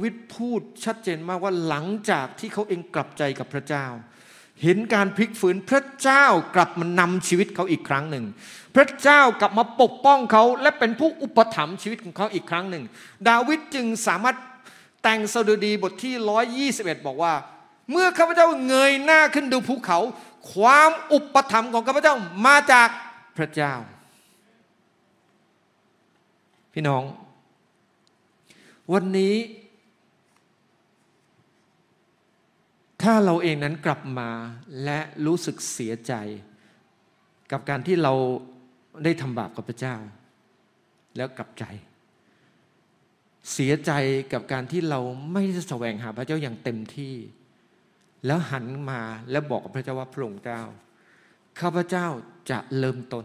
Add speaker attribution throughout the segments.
Speaker 1: วิดพูดชัดเจนมากว่าหลังจากที่เขาเองกลับใจกับพระเจ้าเห็นการพลิกฟื้นพระเจ้ากลับมานำชีวิตเขาอีกครั้งหนึ่งพระเจ้ากลับมาปกป้องเขาและเป็นผู้อุปถัมภ์ชีวิตของเขาอีกครั้งหนึ่งดาวิดจึงสามารถแต่งสดุดีบทที่121บอกว่าเมื่อข้าพเจ้าเงยหน้าขึ้นดูภูเขาความอุปถัมภ์ของข้าพเจ้ามาจากพระเจ้าพี่น้องวันนี้ถ้าเราเองนั้นกลับมาและรู้สึกเสียใจกับการที่เราได้ทำบาปกับพระเจ้าแล้วกลับใจเสียใจกับการที่เราไม่ได้แสวงหาพระเจ้าอย่างเต็มที่แล้วหันมาแล้วบอกกับพระเจ้าว่าพระองค์เจ้าข้าพเจ้าจะเริ่มต้น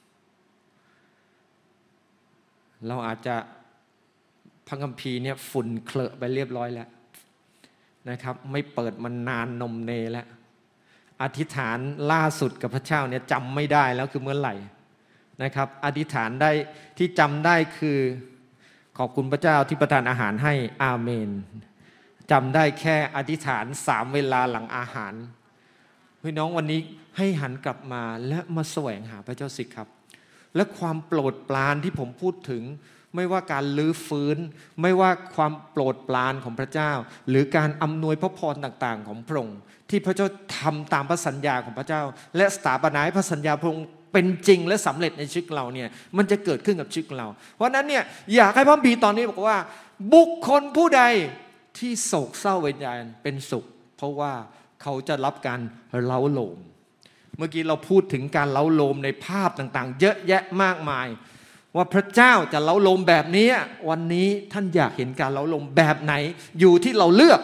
Speaker 1: เราอาจจะพระคัมภีร์เนี่ยฝุ่นเคลอะไปเรียบร้อยแล้วนะครับไม่เปิดมันนานนมเนแล้วอธิษฐานล่าสุดกับพระเจ้าเนี่ยจำไม่ได้แล้วคือเมื่อไหร่นะครับอธิษฐานได้ที่จำได้คือขอบคุณพระเจ้าที่ประทานอาหารให้อาเมนจำได้แค่อธิษฐาน3 เวลาหลังอาหารพี่น้องวันนี้ให้หันกลับมาและมาแสวงหาพระเจ้าสิครับและความโปรดปรานที่ผมพูดถึงไม่ว่าการลื้อฟื้นไม่ว่าความโปรดปรานของพระเจ้าหรือการอำนวยพระพรต่างๆของพระองค์ที่พระเจ้าทำตามพระสัญญาของพระเจ้าและสถาปนาให้พระสัญญาพระองค์เป็นจริงและสำเร็จในชีวิตเราเนี่ยมันจะเกิดขึ้นกับชีวิตเราเพราะนั้นเนี่ยอยากให้พระบีตอนนี้บอกว่าบุคคลผู้ใดที่โศกเศร้าวิญญาณเป็นสุขเพราะว่าเขาจะรับการเล้าโลมเมื่อกี้เราพูดถึงการเล้าโลมในภาพต่างๆเยอะแยะมากมายว่าพระเจ้าจะเล้าโลมแบบนี้วันนี้ท่านอยากเห็นการเล้าโลมแบบไหนอยู่ที่เราเลือก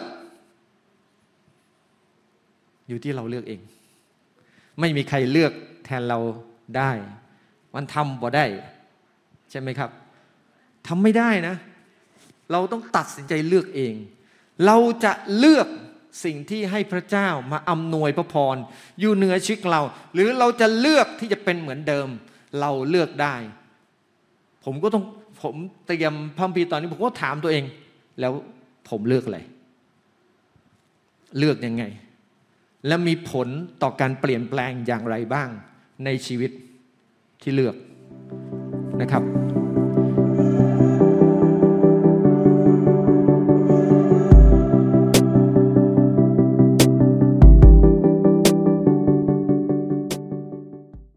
Speaker 1: อยู่ที่เราเลือกเองไม่มีใครเลือกแทนเราได้มันทำบ่ได้ใช่ไหมครับทำไม่ได้นะเราต้องตัดสินใจเลือกเองเราจะเลือกสิ่งที่ให้พระเจ้ามาอำนวยพระพรอยู่เหนือชีวิตเราหรือเราจะเลือกที่จะเป็นเหมือนเดิมเราเลือกได้ผมเตรียมพระคัมภีร์ตอนนี้ผมก็ถามตัวเองแล้วผมเลือกอะไรเลือกยังไงและมีผลต่อการเปลี่ยนแปลงอย่างไรบ้างในชีวิตที่เลือกนะครับ